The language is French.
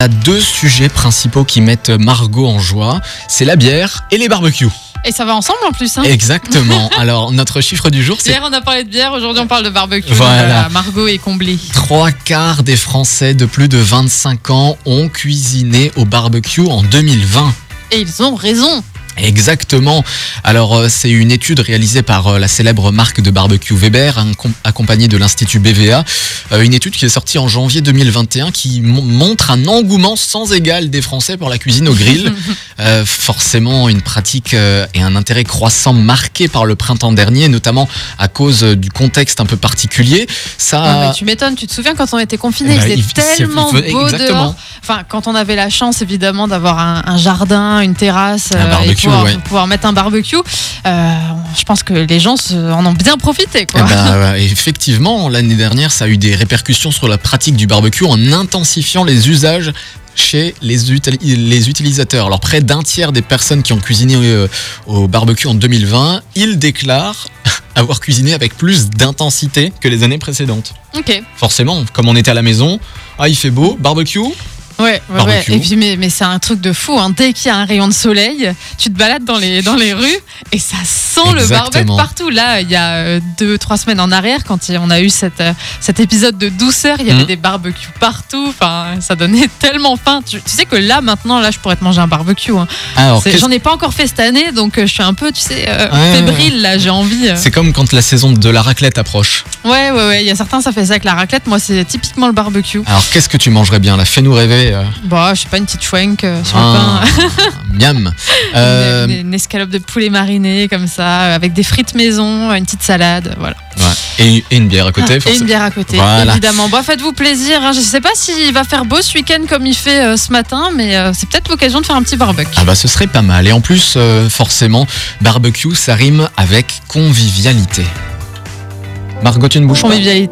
Il y a deux sujets principaux qui mettent Margot en joie, c'est la bière et les barbecues. Et ça va ensemble en plus. Hein. Exactement. Alors, notre chiffre du jour, c'est... Hier, on a parlé de bière, aujourd'hui, on parle de barbecue. Voilà. Margot est comblée. 3/4 des Français de plus de 25 ans ont cuisiné au barbecue en 2020. Et ils ont raison. Exactement. Alors, c'est une étude réalisée par la célèbre marque de barbecue Weber, accompagnée de l'Institut BVA. Une étude qui est sortie en janvier 2021 qui montre un engouement sans égal des Français pour la cuisine au grill. Forcément, une pratique et un intérêt croissant marqué par le printemps dernier, notamment à cause du contexte un peu particulier. Ça... mais tu m'étonnes, tu te souviens quand on était confinés, il faisait tellement beau dehors. Enfin, quand on avait la chance évidemment d'avoir un jardin, une terrasse, un barbecue, pouvoir mettre un barbecue, je pense que les gens en ont bien profité, quoi. Effectivement, l'année dernière, ça a eu des répercussions sur la pratique du barbecue en intensifiant les usages chez les utilisateurs. Alors, près d'un tiers des personnes qui ont cuisiné au barbecue en 2020, ils déclarent avoir cuisiné avec plus d'intensité que les années précédentes. Ok. Forcément, comme on était à la maison, il fait beau, barbecue. Ouais. Et puis, mais c'est un truc de fou. Hein. Dès qu'il y a un rayon de soleil, tu te balades dans les rues et ça sent le barbecue partout. Là, il y a 2-3 semaines en arrière, quand on a eu cet épisode de douceur, il y avait des barbecues partout. Enfin, ça donnait tellement faim. Tu sais que là, maintenant, je pourrais te manger un barbecue. Hein. J'en ai pas encore fait cette année, donc je suis un peu, fébrile. Là, j'ai envie. C'est comme quand la saison de la raclette approche. Ouais. Il y a certains, ça fait ça avec la raclette. Moi, c'est typiquement le barbecue. Alors, qu'est-ce que tu mangerais bien là? Fais-nous rêver. Je sais pas, une petite schwenk sur le pain. Miam. Une escalope de poulet mariné comme ça, avec des frites maison, une petite salade, voilà. Ouais. Et une bière à côté. Et une bière à côté, voilà. Évidemment. Faites-vous plaisir. Hein. Je sais pas s'il va faire beau ce week-end comme il fait ce matin, mais c'est peut-être l'occasion de faire un petit barbecue. Ce serait pas mal. Et en plus, forcément, barbecue, ça rime avec convivialité. Margot, tu ne bouges pas. Convivialité.